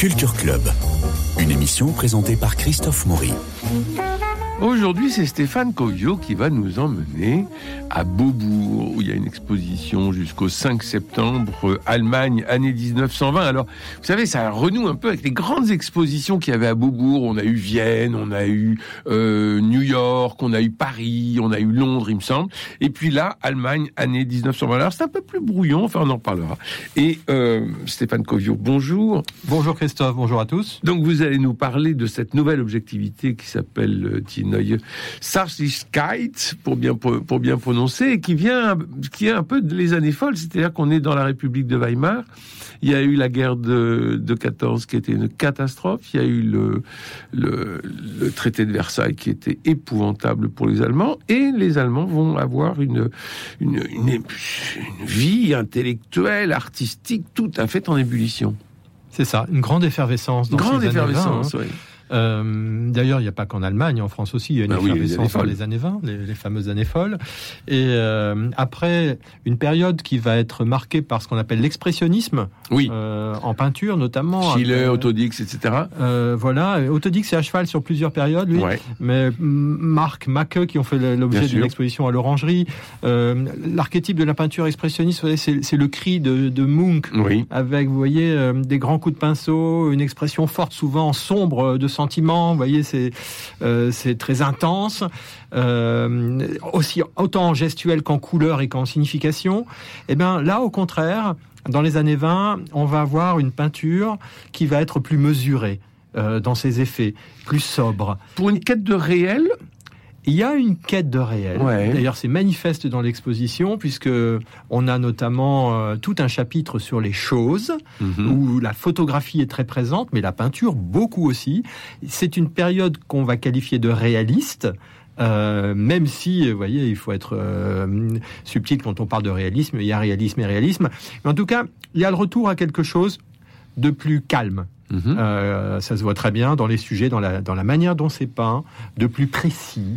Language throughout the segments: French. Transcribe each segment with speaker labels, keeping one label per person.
Speaker 1: Culture Club, une émission présentée par Christophe Maury.
Speaker 2: Aujourd'hui, c'est Stéphane Covio qui va nous emmener à Beaubourg, où il y a une exposition jusqu'au 5 septembre, Allemagne, année 1920. Alors, vous savez, ça renoue un peu avec les grandes expositions qu'il y avait à Beaubourg. On a eu Vienne, on a eu New York, on a eu Paris, on a eu Londres, il me semble. Et puis là, Allemagne, année 1920. Alors, c'est un peu plus brouillon, enfin, on en reparlera. Et Stéphane Covio, bonjour.
Speaker 3: Bonjour Christophe, bonjour à tous.
Speaker 2: Donc, vous allez nous parler de cette nouvelle objectivité qui s'appelle Neue Sachlichkeit, pour bien prononcer, et qui est un peu les années folles, c'est-à-dire qu'on est dans la République de Weimar. Il y a eu la guerre de 14 qui était une catastrophe. Il y a eu le traité de Versailles qui était épouvantable pour les Allemands, et les Allemands vont avoir une vie intellectuelle, artistique, tout à fait en ébullition.
Speaker 3: C'est ça, une grande effervescence dans ces années 20,
Speaker 2: oui.
Speaker 3: D'ailleurs, il n'y a pas qu'en Allemagne, en France aussi, il y a une effervescence dans les années 20, les fameuses années folles. Et après, une période qui va être marquée par ce qu'on appelle l'expressionnisme, en peinture notamment.
Speaker 2: Schiller, Autodix, etc.
Speaker 3: Voilà, Autodix est à cheval sur plusieurs périodes, lui. Ouais. Mais Marc Macke, qui ont fait l'objet d'une exposition à l'Orangerie, l'archétype de la peinture expressionniste, vous voyez, c'est le cri de Munch, avec, vous voyez, des grands coups de pinceau, une expression forte, souvent sombre, de sentiments, vous voyez, c'est très intense, aussi autant en gestuel qu'en couleur et qu'en signification. Et bien là, au contraire, dans les années 20, on va avoir une peinture qui va être plus mesurée dans ses effets, plus sobre.
Speaker 2: Pour une quête de réel.
Speaker 3: Il y a une quête de réel. Ouais. D'ailleurs, c'est manifeste dans l'exposition, puisque on a notamment tout un chapitre sur les choses, où la photographie est très présente, mais la peinture beaucoup aussi. C'est une période qu'on va qualifier de réaliste. Même si, vous voyez, il faut être subtil quand on parle de réalisme. Il y a réalisme et réalisme. Mais en tout cas, il y a le retour à quelque chose de plus calme. Ça se voit très bien dans les sujets, dans la manière dont c'est peint, de plus précis,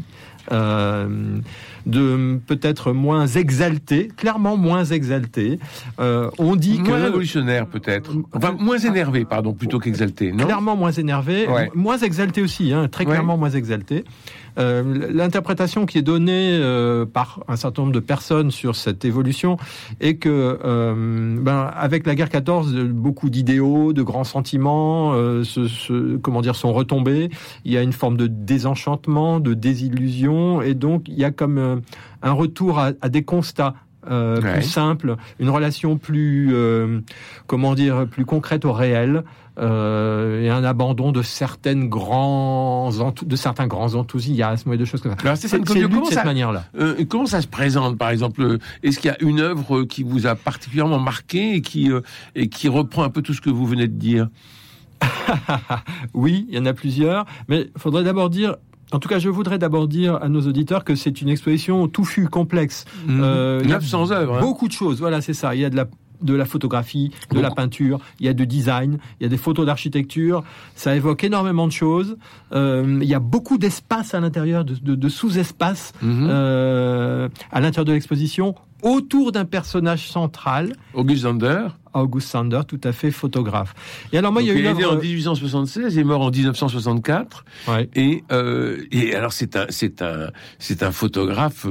Speaker 3: de peut-être moins exalté, clairement moins exalté. On dit
Speaker 2: moins révolutionnaire peut-être, enfin moins énervé, pardon, plutôt qu'exalté, non ?
Speaker 3: Clairement moins énervé, moins exalté aussi, très clairement moins exalté. L'interprétation qui est donnée par un certain nombre de personnes sur cette évolution est que, avec la guerre 14, beaucoup d'idéaux, de grands sentiments, sont retombés. Il y a une forme de désenchantement, de désillusion, et donc il y a comme un retour à des constats. Plus simple, une relation plus plus concrète au réel, et un abandon de certains grands enthousiasmes et de choses comme ça.
Speaker 2: Alors, c'est lu de cette manière-là. Comment ça se présente, par exemple ? Est-ce qu'il y a une œuvre qui vous a particulièrement marqué et qui reprend un peu tout ce que vous venez de dire ?
Speaker 3: Oui, il y en a plusieurs, mais il faudrait d'abord dire. En tout cas, je voudrais d'abord dire à nos auditeurs que c'est une exposition touffue, complexe.
Speaker 2: 900 œuvres.
Speaker 3: Beaucoup de choses, voilà, c'est ça. Il y a de la photographie, de la peinture, il y a du design, il y a des photos d'architecture. Ça évoque énormément de choses. Il y a beaucoup d'espace à l'intérieur, de sous-espace à l'intérieur de l'exposition, autour d'un personnage central.
Speaker 2: August
Speaker 3: Sander, tout à fait, photographe. Et alors moi,
Speaker 2: il est né en 1876, il est mort en 1964.
Speaker 3: Ouais.
Speaker 2: Et alors c'est un photographe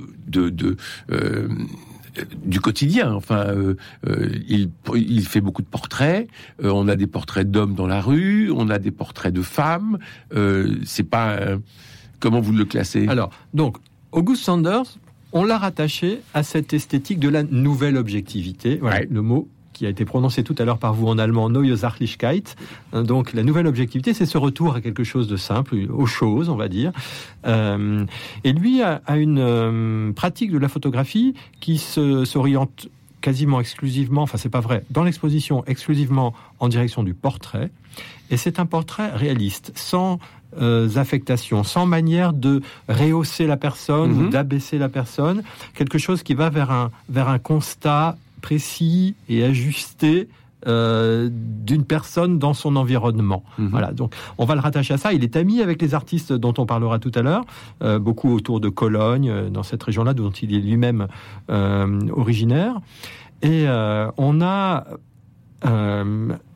Speaker 2: du quotidien. Enfin, il fait beaucoup de portraits. On a des portraits d'hommes dans la rue, on a des portraits de femmes. C'est pas comment vous le classez ?
Speaker 3: Alors, donc August Sander, on l'a rattaché à cette esthétique de la nouvelle objectivité. Voilà, le mot qui a été prononcé tout à l'heure par vous en allemand, Neue Sachlichkeit. Donc, la nouvelle objectivité, c'est ce retour à quelque chose de simple, aux choses, on va dire. Et lui a une pratique de la photographie qui s'oriente quasiment exclusivement, enfin c'est pas vrai, dans l'exposition exclusivement en direction du portrait. Et c'est un portrait réaliste, sans affectation, sans manière de rehausser la personne ou d'abaisser la personne. Quelque chose qui va vers un constat précis et ajusté d'une personne dans son environnement. Voilà, donc on va le rattacher à ça. Il est ami avec les artistes dont on parlera tout à l'heure, beaucoup autour de Cologne, dans cette région-là dont il est lui-même originaire. Et on a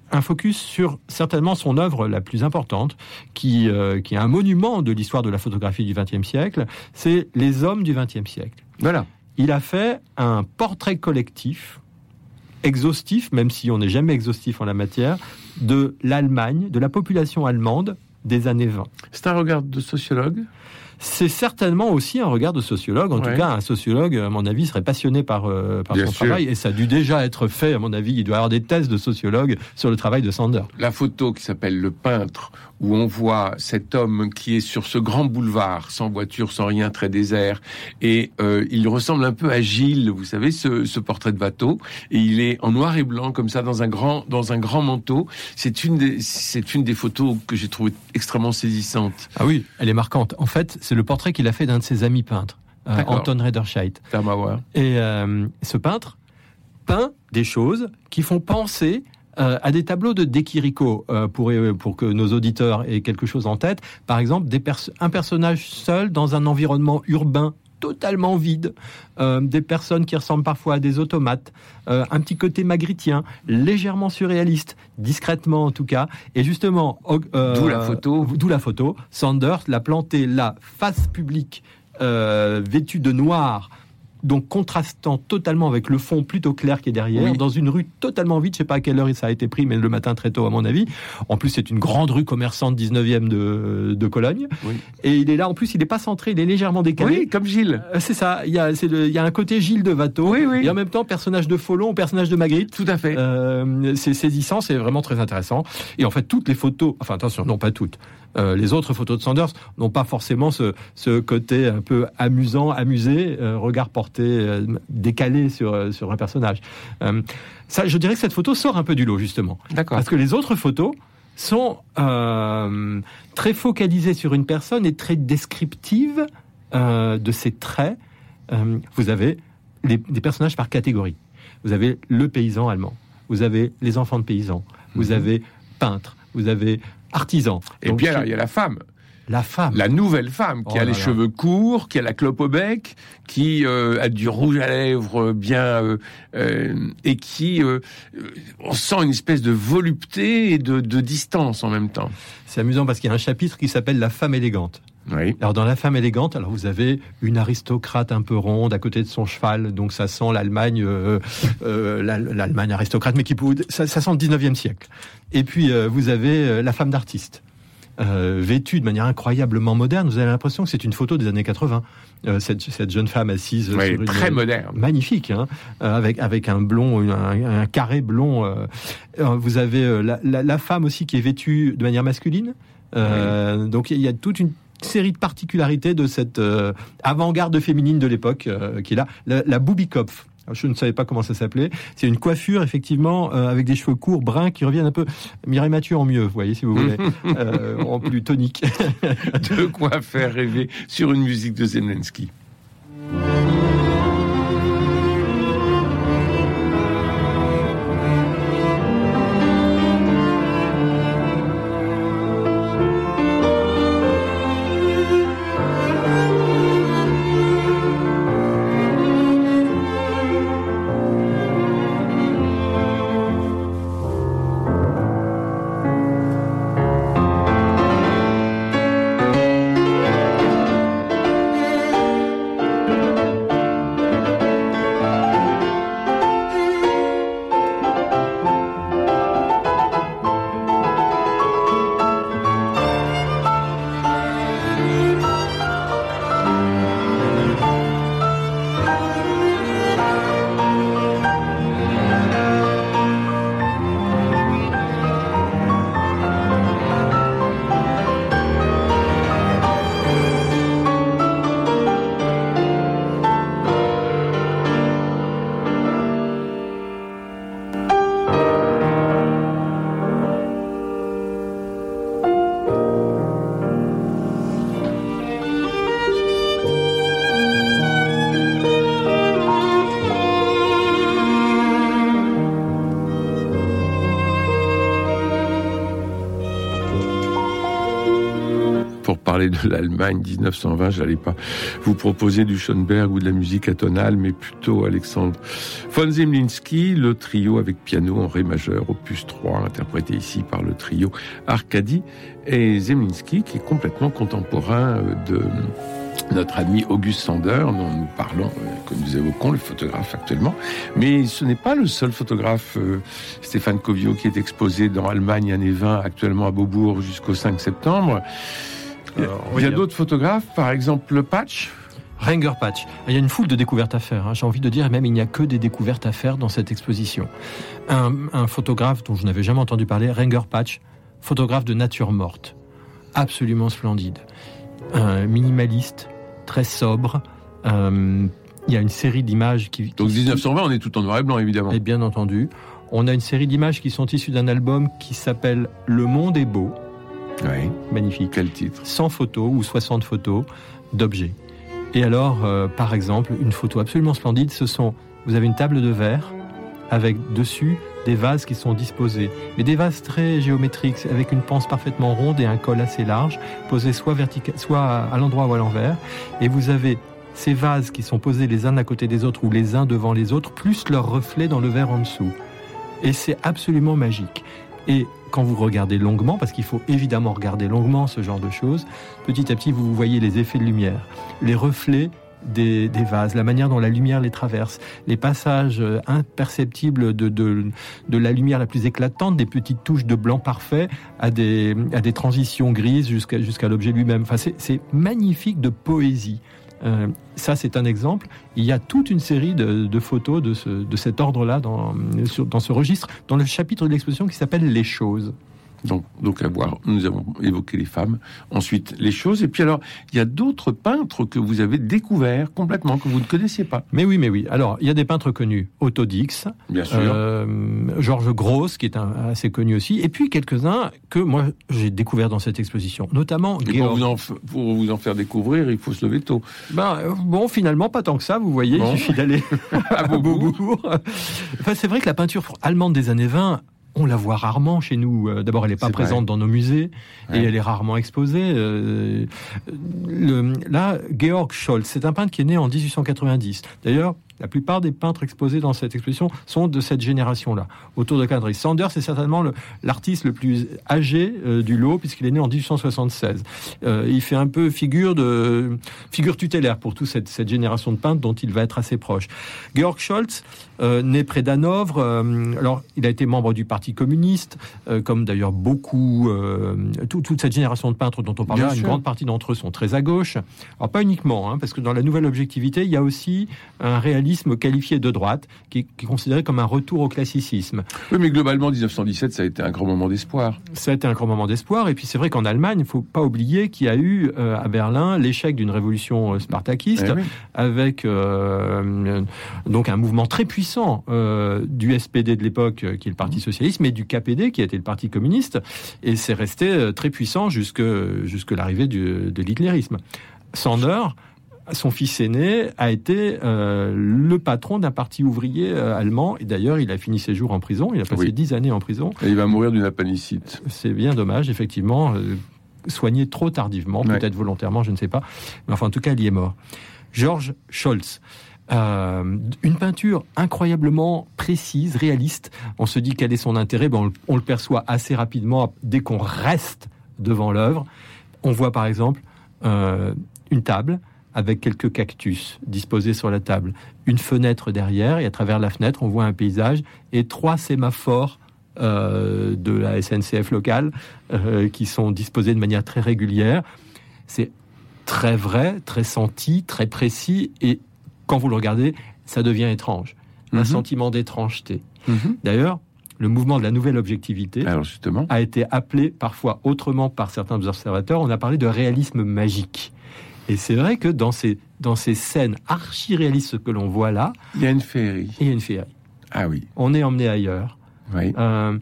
Speaker 3: un focus sur certainement son œuvre la plus importante, qui est un monument de l'histoire de la photographie du XXe siècle, c'est Les hommes du XXe siècle.
Speaker 2: Voilà.
Speaker 3: Il a fait un portrait collectif, exhaustif, même si on n'est jamais exhaustif en la matière, de l'Allemagne, de la population allemande des années 20.
Speaker 2: C'est un regard de sociologue ?
Speaker 3: C'est certainement aussi un regard de sociologue. En tout cas, un sociologue, à mon avis, serait passionné par son travail. Et ça a dû déjà être fait, à mon avis. Il doit y avoir des thèses de sociologue sur le travail de Sander.
Speaker 2: La photo qui s'appelle Le Peintre, où on voit cet homme qui est sur ce grand boulevard, sans voiture, sans rien, très désert. Et il ressemble un peu à Gilles, vous savez, ce portrait de Watteau. Et il est en noir et blanc, comme ça, dans un grand manteau. C'est une des photos que j'ai trouvées extrêmement saisissante.
Speaker 3: Ah oui, elle est marquante. En fait, c'est le portrait qu'il a fait d'un de ses amis peintres, Anton Rederscheit. Et ce peintre peint des choses qui font penser à des tableaux de De Chirico, pour que nos auditeurs aient quelque chose en tête. Par exemple, un personnage seul dans un environnement urbain totalement vide, des personnes qui ressemblent parfois à des automates, un petit côté magritien, légèrement surréaliste, discrètement en tout cas, et justement
Speaker 2: d'où la photo.
Speaker 3: Sander l'a planté là, face publique, vêtue de noir, donc contrastant totalement avec le fond plutôt clair qui est derrière, dans une rue totalement vide. Je ne sais pas à quelle heure ça a été pris, mais le matin très tôt à mon avis. En plus, c'est une grande rue commerçante 19e de Cologne. Oui. Et il est là, en plus, il n'est pas centré, il est légèrement décalé.
Speaker 2: Oui, comme Gilles.
Speaker 3: C'est ça, il y a un côté Gilles de Watteau, et en même temps, personnage de Folon, personnage de Magritte.
Speaker 2: Tout à fait.
Speaker 3: C'est saisissant, c'est vraiment très intéressant. Et en fait, toutes les photos, enfin attention, non pas toutes, les autres photos de Sanders n'ont pas forcément ce côté un peu amusé, regard porté, décalé sur un personnage. Ça, je dirais que cette photo sort un peu du lot, justement.
Speaker 2: D'accord.
Speaker 3: Parce que les autres photos sont très focalisées sur une personne et très descriptives de ses traits. Vous avez des personnages par catégorie. Vous avez le paysan allemand, vous avez les enfants de paysans, vous avez peintres, vous avez artisan.
Speaker 2: Et puis alors, il y a la femme.
Speaker 3: La femme.
Speaker 2: La nouvelle femme, qui a les cheveux courts, qui a la clope au bec, qui a du rouge à lèvres bien... et qui... on sent une espèce de volupté et de distance en même temps.
Speaker 3: C'est amusant parce qu'il y a un chapitre qui s'appelle « La femme élégante ».
Speaker 2: Oui.
Speaker 3: Alors dans La femme élégante, alors vous avez une aristocrate un peu ronde à côté de son cheval, donc ça sent l'Allemagne, l'Allemagne aristocrate, mais ça sent le 19e siècle. Et puis vous avez la femme d'artiste, vêtue de manière incroyablement moderne. Vous avez l'impression que c'est une photo des années 80. Cette jeune femme assise,
Speaker 2: sur
Speaker 3: une,
Speaker 2: très moderne,
Speaker 3: magnifique, hein, avec un blond, un carré blond. Vous avez la femme aussi qui est vêtue de manière masculine. Donc il y a toute une série de particularités de cette avant-garde féminine de l'époque qui est là. La Bubikopf. Je ne savais pas comment ça s'appelait. C'est une coiffure, effectivement, avec des cheveux courts, bruns, qui reviennent un peu Mireille Mathieu en mieux, vous voyez, si vous voulez, en plus tonique.
Speaker 2: De quoi faire rêver sur une musique de Zemlinsky. de l'Allemagne 1920. J'allais pas vous proposer du Schoenberg ou de la musique atonale, mais plutôt Alexandre von Zemlinsky, le trio avec piano en ré majeur, opus 3, interprété ici par le trio Arcadie et Zemlinsky, qui est complètement contemporain de notre ami August Sander, dont nous parlons, que nous évoquons, le photographe actuellement. Mais ce n'est pas le seul photographe, Stéphane Kovio, qui est exposé dans Allemagne années 20, actuellement à Beaubourg jusqu'au 5 septembre. Il y a d'autres photographes, par exemple Patch.
Speaker 3: Renger Patch. Il y a une foule de découvertes à faire. J'ai envie de dire, même il n'y a que des découvertes à faire dans cette exposition. Un photographe dont je n'avais jamais entendu parler, Renger Patch, photographe de nature morte. Absolument splendide. Minimaliste, très sobre. Il y a une série d'images qui...
Speaker 2: Donc 1920, on est tout en noir et blanc, évidemment.
Speaker 3: Et bien entendu. On a une série d'images qui sont issues d'un album qui s'appelle « Le monde est beau ».
Speaker 2: Oui.
Speaker 3: Magnifique.
Speaker 2: Quel titre ?
Speaker 3: 100 photos ou 60 photos d'objets. Et alors, par exemple, une photo absolument splendide, vous avez une table de verre avec dessus des vases qui sont disposés, mais des vases très géométriques, avec une panse parfaitement ronde et un col assez large, posés soit à l'endroit ou à l'envers. Et vous avez ces vases qui sont posés les uns à côté des autres ou les uns devant les autres, plus leurs reflets dans le verre en dessous. Et c'est absolument magique. Et quand vous regardez longuement, parce qu'il faut évidemment regarder longuement ce genre de choses, petit à petit vous voyez les effets de lumière, les reflets des vases, la manière dont la lumière les traverse, les passages imperceptibles de la lumière la plus éclatante, des petites touches de blanc parfait à des transitions grises jusqu'à l'objet lui-même. Enfin, c'est magnifique de poésie. Ça, c'est un exemple. Il y a toute une série de photos de cet ordre-là dans ce registre, dans le chapitre de l'exposition qui s'appelle « Les choses ».
Speaker 2: Donc à voir, nous avons évoqué les femmes, ensuite les choses, et puis alors, il y a d'autres peintres que vous avez découverts complètement, que vous ne connaissiez pas.
Speaker 3: Mais oui. Alors, il y a des peintres connus, Otto Dix,
Speaker 2: bien sûr,
Speaker 3: Georges Grosz, qui est assez connu aussi, et puis quelques-uns que moi, j'ai découverts dans cette exposition, notamment Georg.
Speaker 2: Pour vous en faire découvrir, il faut se lever tôt.
Speaker 3: Bon, finalement, pas tant que ça, vous voyez, il suffit d'aller à Beaubourg. Enfin, c'est vrai que la peinture allemande des années 20... on la voit rarement chez nous. D'abord, elle n'est pas présente dans nos musées et elle est rarement exposée. Là, Georg Scholz, c'est un peintre qui est né en 1890. D'ailleurs, la plupart des peintres exposés dans cette exposition sont de cette génération-là, autour de Kadri. Sander, c'est certainement l'artiste le plus âgé du lot, puisqu'il est né en 1876. Il fait un peu figure tutélaire pour toute cette génération de peintres dont il va être assez proche. Georg Scholz, né près d'Hanovre, alors il a été membre du Parti communiste, comme d'ailleurs beaucoup, toute cette génération de peintres dont on parle, une grande partie d'entre eux sont très à gauche. Alors pas uniquement, parce que dans la nouvelle objectivité, il y a aussi un réalisme qualifié de droite, qui est considéré comme un retour au classicisme.
Speaker 2: Oui, mais globalement, 1917, ça a été un grand moment d'espoir.
Speaker 3: Ça a été un grand moment d'espoir, et puis c'est vrai qu'en Allemagne, il ne faut pas oublier qu'il y a eu à Berlin l'échec d'une révolution spartakiste, avec donc un mouvement très puissant du SPD de l'époque, qui est le Parti socialiste, mais du KPD, qui a été le Parti communiste, et c'est resté très puissant jusque l'arrivée de l'hitlérisme. Sander, son fils aîné, a été le patron d'un parti ouvrier allemand, et d'ailleurs il a fini ses jours en prison, il a passé 10 années en prison.
Speaker 2: Et il va mourir d'une appendicite.
Speaker 3: C'est bien dommage, effectivement, soigné trop tardivement, peut-être volontairement, je ne sais pas, mais enfin en tout cas il y est mort. Georg Scholz, une peinture incroyablement précise, réaliste. On se dit quel est son intérêt, on le perçoit assez rapidement dès qu'on reste devant l'œuvre. On voit par exemple une table avec quelques cactus disposés sur la table, une fenêtre derrière, et à travers la fenêtre, on voit un paysage, et 3 sémaphores de la SNCF locale qui sont disposés de manière très régulière. C'est très vrai, très senti, très précis, et quand vous le regardez, ça devient étrange. Un sentiment d'étrangeté. D'ailleurs, le mouvement de la nouvelle objectivité a été appelé parfois autrement par certains observateurs. On a parlé de réalisme magique. Et c'est vrai que dans ces scènes archi-réalistes que l'on voit là,
Speaker 2: il y a une féerie.
Speaker 3: Il y a une féerie.
Speaker 2: Ah oui.
Speaker 3: On est emmené ailleurs.
Speaker 2: Oui.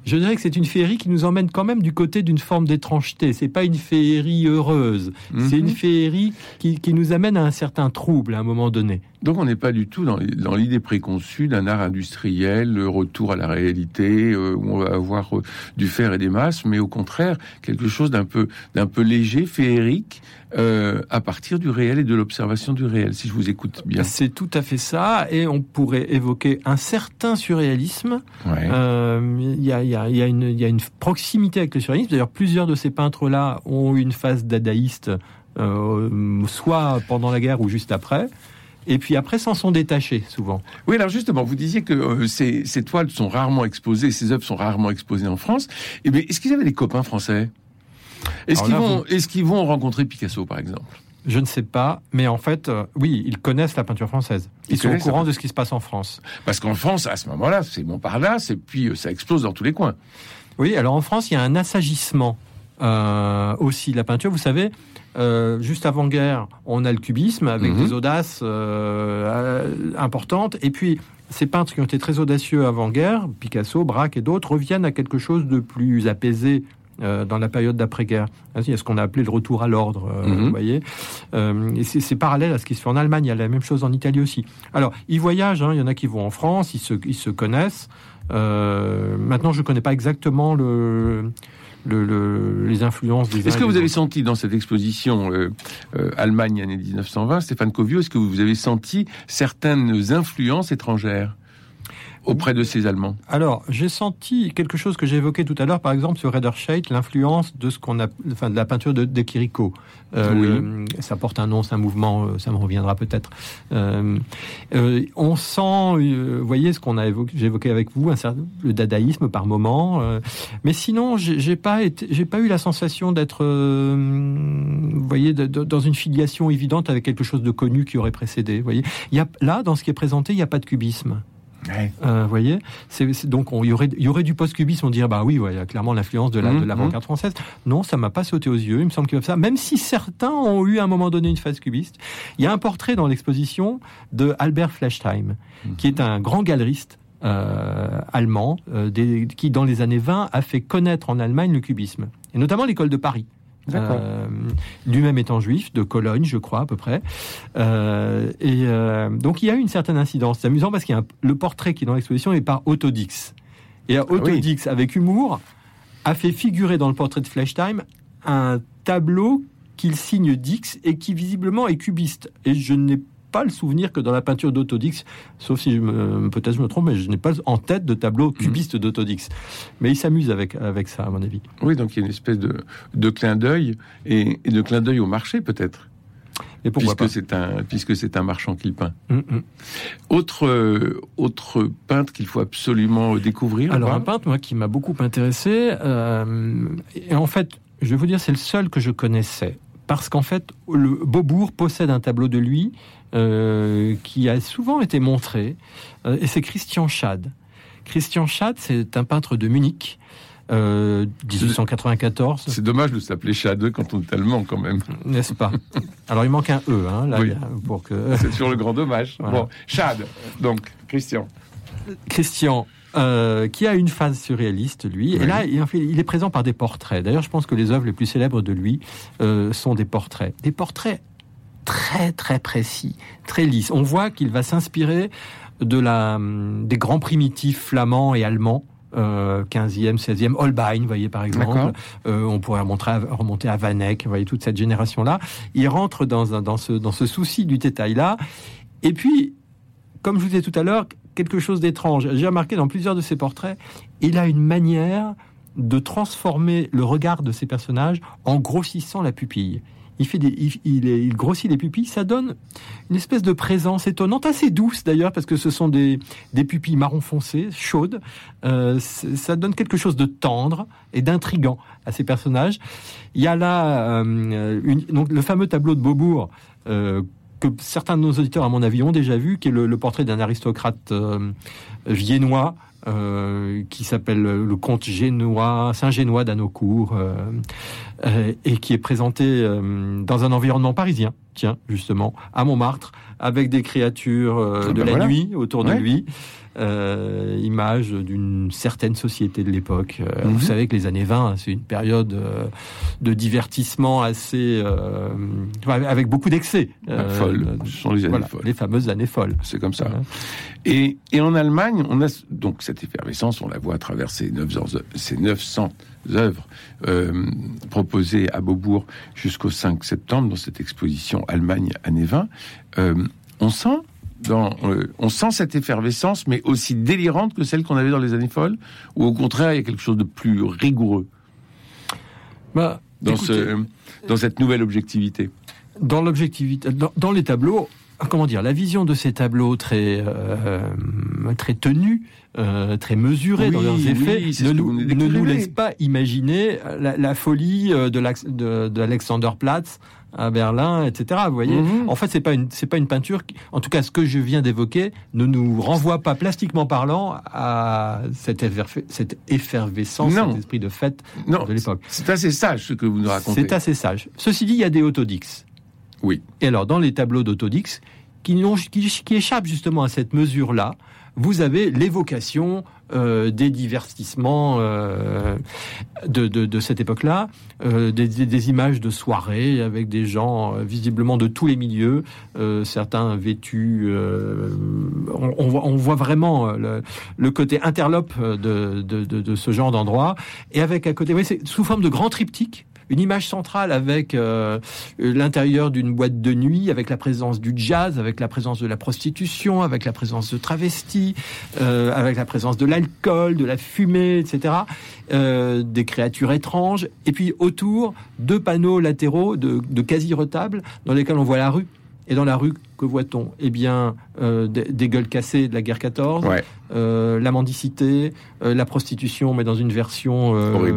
Speaker 3: Je dirais que c'est une féerie qui nous emmène quand même du côté d'une forme d'étrangeté. C'est pas une féerie heureuse. C'est une féerie qui nous amène à un certain trouble à un moment donné.
Speaker 2: Donc on n'est pas du tout dans l'idée préconçue d'un art industriel, le retour à la réalité, où on va avoir du fer et des masses, mais au contraire quelque chose d'un peu léger, féerique, à partir du réel et de l'observation du réel, si je vous écoute bien.
Speaker 3: C'est tout à fait ça, et on pourrait évoquer un certain surréalisme. Il y a une proximité avec le surréalisme. D'ailleurs, plusieurs de ces peintres-là ont eu une phase dadaïste, soit pendant la guerre ou juste après. Et puis après, s'en sont détachés, souvent.
Speaker 2: Oui, alors justement, vous disiez que ces toiles sont rarement exposées, ces œuvres sont rarement exposées en France. Eh bien, est-ce qu'ils avaient des copains français ? Est-ce qu'ils vont rencontrer Picasso, par exemple ?
Speaker 3: Je ne sais pas, mais en fait, oui, ils connaissent la peinture française. Ils sont au courant de ce qui se passe en France.
Speaker 2: Parce qu'en France, à ce moment-là, c'est Montparnasse, et puis ça explose dans tous les coins.
Speaker 3: Oui, alors en France, il y a un assagissement aussi de la peinture. Vous savez, juste avant-guerre, on a le cubisme avec des audaces importantes. Et puis, ces peintres qui ont été très audacieux avant-guerre, Picasso, Braque et d'autres, reviennent à quelque chose de plus apaisé dans la période d'après-guerre. Il y a ce qu'on a appelé le retour à l'ordre, vous voyez. Et c'est parallèle à ce qui se fait en Allemagne. Il y a la même chose en Italie aussi. Alors, ils voyagent, il y en a qui vont en France, ils se connaissent. Maintenant, je ne connais pas exactement les influences des...
Speaker 2: Est-ce que vous avez senti dans cette exposition Allemagne, année 1920, Stéphane Covio, est-ce que vous avez senti certaines influences étrangères auprès de ces Allemands? Alors,
Speaker 3: j'ai senti quelque chose que j'ai évoqué tout à l'heure, par exemple, sur Rederscheit, l'influence de ce qu'on a, de la peinture de Chirico. Ça porte un nom, c'est un mouvement, ça me reviendra peut-être. On sent, vous voyez, ce qu'on a j'ai évoqué avec vous, le dadaïsme par moment. Mais sinon, j'ai pas eu la sensation d'être, vous voyez, dans une filiation évidente avec quelque chose de connu qui aurait précédé. Vous voyez, là, dans ce qui est présenté, il n'y a pas de cubisme.
Speaker 2: Ouais.
Speaker 3: Voyez, donc il y aurait du post-cubisme, on dirait il y a clairement l'influence de l'avant-garde française. Non, ça m'a pas sauté aux yeux. Il me semble qu'il y a ça. Même si certains ont eu à un moment donné une phase cubiste, il y a un portrait dans l'exposition de Albert Flechtheim, qui est un grand galeriste allemand, qui dans les années 20 a fait connaître en Allemagne le cubisme, et notamment l'école de Paris. Lui-même étant juif, de Cologne, je crois, à peu près. Donc, il y a eu une certaine incidence. C'est amusant parce qu'il y a le portrait qui est dans l'exposition est par Otto Dix. Et Otto Dix, avec humour, a fait figurer dans le portrait de Flechtheim un tableau qu'il signe Dix et qui, visiblement, est cubiste. Et je n'ai pas le souvenir que dans la peinture d'Otto Dix, sauf si peut-être je me trompe, mais je n'ai pas en tête de tableau cubiste d'Otto Dix. Mais il s'amuse avec ça, à mon avis.
Speaker 2: Oui, donc il y a une espèce de clin d'œil et de clin d'œil au marché, peut-être. Et puisque c'est un marchand qui peint. Autre peintre qu'il faut absolument découvrir.
Speaker 3: Alors un peintre, moi, qui m'a beaucoup intéressé, et en fait, je vais vous dire, c'est le seul que je connaissais. Parce qu'en fait, le Beaubourg possède un tableau de lui qui a souvent été montré, et c'est Christian Schad. Christian Schad, c'est un peintre de Munich, 1894.
Speaker 2: C'est dommage de s'appeler Schad quand on est allemand, quand même.
Speaker 3: N'est-ce pas? Alors, il manque un E, là,
Speaker 2: oui.
Speaker 3: pour que...
Speaker 2: C'est sur le grand dommage. Voilà. Bon, Schad, donc, Christian,
Speaker 3: qui a une phase surréaliste, lui. Oui. Et là, il est présent par des portraits. D'ailleurs, je pense que les œuvres les plus célèbres de lui sont des portraits. Des portraits très, très précis, très lisses. On voit qu'il va s'inspirer des grands primitifs flamands et allemands, 15e, 16e, Holbein, vous voyez, par exemple. On pourrait remonter à Van Eyck, vous voyez, toute cette génération-là. Il rentre dans ce souci du détail-là. Et puis, comme je vous disais tout à l'heure, quelque chose d'étrange. J'ai remarqué dans plusieurs de ses portraits, il a une manière de transformer le regard de ses personnages en grossissant la pupille. Il grossit les pupilles, ça donne une espèce de présence étonnante, assez douce d'ailleurs, parce que ce sont des pupilles marron foncé, chaudes. Ça donne quelque chose de tendre et d'intrigant à ces personnages. Il y a là donc le fameux tableau de Beaubourg, que certains de nos auditeurs, à mon avis, ont déjà vu, qui est le portrait d'un aristocrate viennois, qui s'appelle le conte Saint-Génois d'Hanocourt, et qui est présenté dans un environnement parisien, tiens, justement, à Montmartre, avec des créatures de la nuit autour de lui. Image d'une certaine société de l'époque. Vous savez que les années 20, c'est une période de divertissement assez... avec beaucoup d'excès.
Speaker 2: Folles. Ce sont les années folles.
Speaker 3: Les fameuses années folles.
Speaker 2: C'est comme ça. Et en Allemagne, on a donc cette effervescence, on la voit à travers ces 900 œuvres proposées à Beaubourg jusqu'au 5 septembre dans cette exposition Allemagne années 20. On sent cette effervescence, mais aussi délirante que celle qu'on avait dans les années folles, ou au contraire, il y a quelque chose de plus rigoureux dans cette nouvelle objectivité.
Speaker 3: Dans l'objectivité, dans les tableaux, comment dire, la vision de ces tableaux très tenus, très mesurés dans leurs effets, ne nous laisse pas imaginer la folie d'Alexanderplatz à Berlin, etc. Vous voyez, en fait, c'est pas une peinture qui, en tout cas, ce que je viens d'évoquer, ne nous renvoie pas plastiquement parlant à cette effervescence, cet esprit de fête de l'époque.
Speaker 2: C'est assez sage ce que vous nous racontez.
Speaker 3: C'est assez sage. Ceci dit, il y a des autodix.
Speaker 2: Oui.
Speaker 3: Et alors, dans les tableaux d'autodix, qui échappent justement à cette mesure-là, vous avez l'évocation des divertissements de cette époque-là, des images de soirées avec des gens visiblement de tous les milieux, certains vêtus. On voit vraiment le côté interlope de ce genre d'endroit, et avec à côté, c'est sous forme de grands triptyques. Une image centrale avec l'intérieur d'une boîte de nuit, avec la présence du jazz, avec la présence de la prostitution, avec la présence de travestis, avec la présence de l'alcool, de la fumée, etc. Des créatures étranges. Et puis autour, 2 panneaux latéraux de quasi-retables dans lesquels on voit la rue. Et dans la rue, que voit-on ? Eh bien, des gueules cassées de la guerre 14, la mendicité, la prostitution, mais dans une version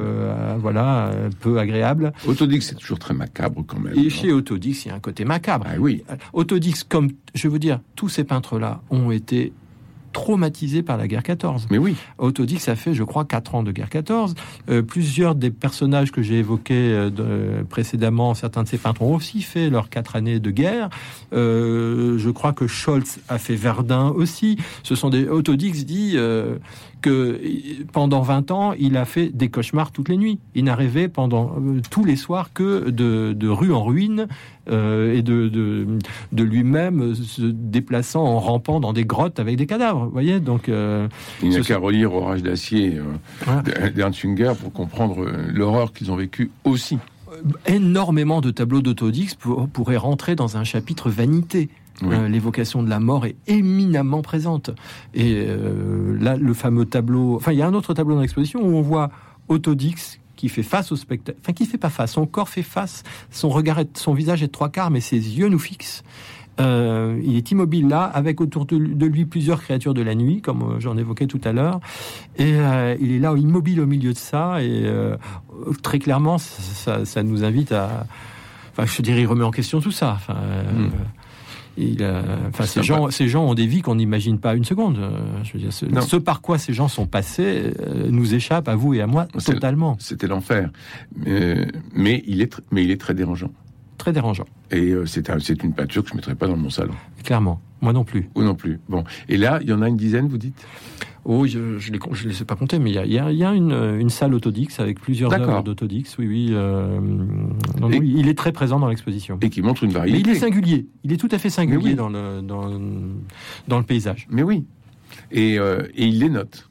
Speaker 3: peu agréable.
Speaker 2: Autodix, c'est toujours très macabre quand même.
Speaker 3: Et chez Autodix, il y a un côté macabre.
Speaker 2: Ah oui.
Speaker 3: Autodix, comme je veux dire, tous ces peintres-là ont été traumatisés par la guerre 14.
Speaker 2: Mais oui.
Speaker 3: Autodix, ça fait, je crois, 4 ans de guerre 14. Plusieurs des personnages que j'ai évoqués précédemment, certains de ces peintres ont aussi fait leurs 4 années de guerre. Je crois que Scholz a fait Verdun aussi. Autodix dit que pendant 20 ans, il a fait des cauchemars toutes les nuits. Il n'a rêvé pendant tous les soirs que de rues en ruine, et de lui-même se déplaçant en rampant dans des grottes avec des cadavres. Vous voyez, donc
Speaker 2: il n'y a qu'à relire Orage d'acier d'Ernst Jünger pour comprendre l'horreur qu'ils ont vécue aussi.
Speaker 3: Énormément de tableaux d'Autodix pourraient rentrer dans un chapitre vanité. Oui. L'évocation de la mort est éminemment présente. Et là, le fameux tableau... Enfin, il y a un autre tableau dans l'exposition où on voit Autodix qui fait face au spectacle. Enfin, qui fait pas face. Son corps fait face. Son visage est de 3/4, mais ses yeux nous fixent. Il est immobile là, avec autour de lui plusieurs créatures de la nuit, comme j'en évoquais tout à l'heure. Et il est là, immobile au milieu de ça. Et très clairement, ça nous invite à... Enfin, je dirais, il remet en question tout ça. Enfin... ces gens ont des vies qu'on n'imagine pas une seconde. Je veux dire, ce par quoi ces gens sont passés nous échappe à vous et à moi totalement.
Speaker 2: C'était l'enfer, mais il est très dérangeant.
Speaker 3: Très dérangeant.
Speaker 2: Et c'est une peinture que je ne mettrais pas dans mon salon.
Speaker 3: Clairement, moi non plus.
Speaker 2: Ou non plus. Bon, et là, il y en a une dizaine, vous dites ?
Speaker 3: Oh, je les ai pas comptés, mais il y a une salle Autodix avec plusieurs œuvres d'Autodix. Oui. Il est très présent dans l'exposition.
Speaker 2: Et qui montre une variété.
Speaker 3: Mais il est singulier. Il est tout à fait singulier dans le paysage.
Speaker 2: Mais oui. Et il les note.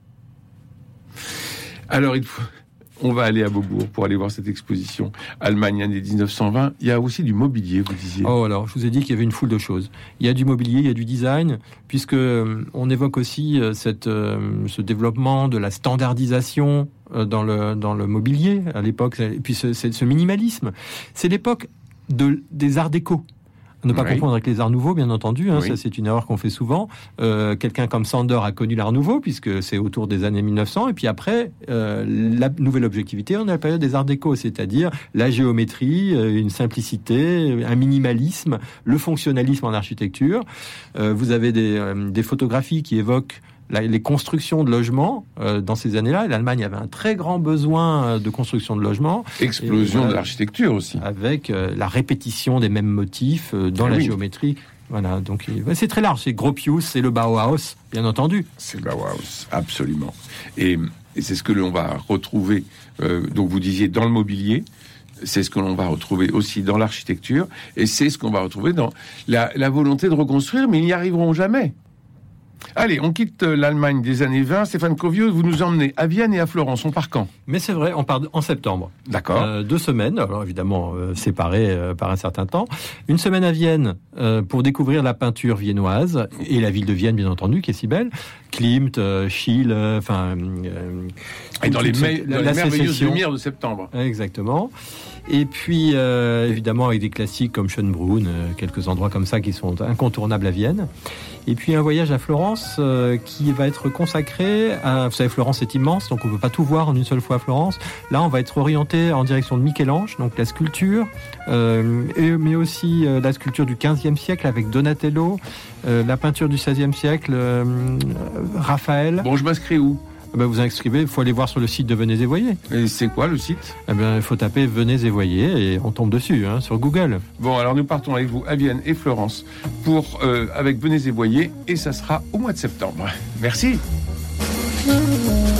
Speaker 2: Alors, on va aller à Beaubourg pour aller voir cette exposition Allemagne années 1920. Il y a aussi du mobilier, vous disiez.
Speaker 3: Oh, alors, je vous ai dit qu'il y avait une foule de choses. Il y a du mobilier, il y a du design, puisque on évoque aussi ce développement de la standardisation dans le mobilier à l'époque. Et puis ce minimalisme. C'est l'époque des arts déco. Ne pas confondre avec les arts nouveaux, bien entendu. Ça, c'est une erreur qu'on fait souvent. Quelqu'un comme Sander a connu l'art nouveau, puisque c'est autour des années 1900. Et puis après, la nouvelle objectivité, on a la période des arts déco, c'est-à-dire la géométrie, une simplicité, un minimalisme, le fonctionnalisme en architecture. Vous avez des photographies qui évoquent les constructions de logements dans ces années-là. L'Allemagne avait un très grand besoin de construction de logements.
Speaker 2: Explosion de l'architecture aussi.
Speaker 3: Avec la répétition des mêmes motifs dans la géométrie. Voilà, donc c'est très large. C'est Gropius, c'est le Bauhaus, bien entendu.
Speaker 2: C'est le Bauhaus, absolument. Et c'est ce que l'on va retrouver, donc vous disiez, dans le mobilier. C'est ce que l'on va retrouver aussi dans l'architecture. Et c'est ce qu'on va retrouver dans la volonté de reconstruire, mais ils n'y arriveront jamais. Allez, on quitte l'Allemagne des années 20. Stéphane Covio, vous nous emmenez à Vienne et à Florence. On part quand ?
Speaker 3: Mais c'est vrai, on part en septembre.
Speaker 2: D'accord.
Speaker 3: 2 semaines, alors évidemment séparées par un certain temps. Une semaine à Vienne pour découvrir la peinture viennoise et la ville de Vienne, bien entendu, qui est si belle. Klimt, Schiele,
Speaker 2: et dans les merveilleuses lumières de septembre.
Speaker 3: Exactement. Et puis, évidemment, avec des classiques comme Schönbrunn, quelques endroits comme ça qui sont incontournables à Vienne. Et puis, un voyage à Florence qui va être consacré à... Vous savez, Florence est immense, donc on ne peut pas tout voir en une seule fois à Florence. Là, on va être orienté en direction de Michel-Ange, donc la sculpture, mais aussi la sculpture du XVe siècle avec Donatello, la peinture du XVIe siècle, Raphaël.
Speaker 2: Bon, je m'inscris où ?
Speaker 3: Vous inscrivez, il faut aller voir sur le site de Venez et Voyez.
Speaker 2: Et c'est quoi le site ?
Speaker 3: Il faut taper Venez et Voyez et on tombe dessus, sur Google.
Speaker 2: Bon, alors nous partons avec vous à Vienne et Florence avec Venez et Voyez et ça sera au mois de septembre. Merci.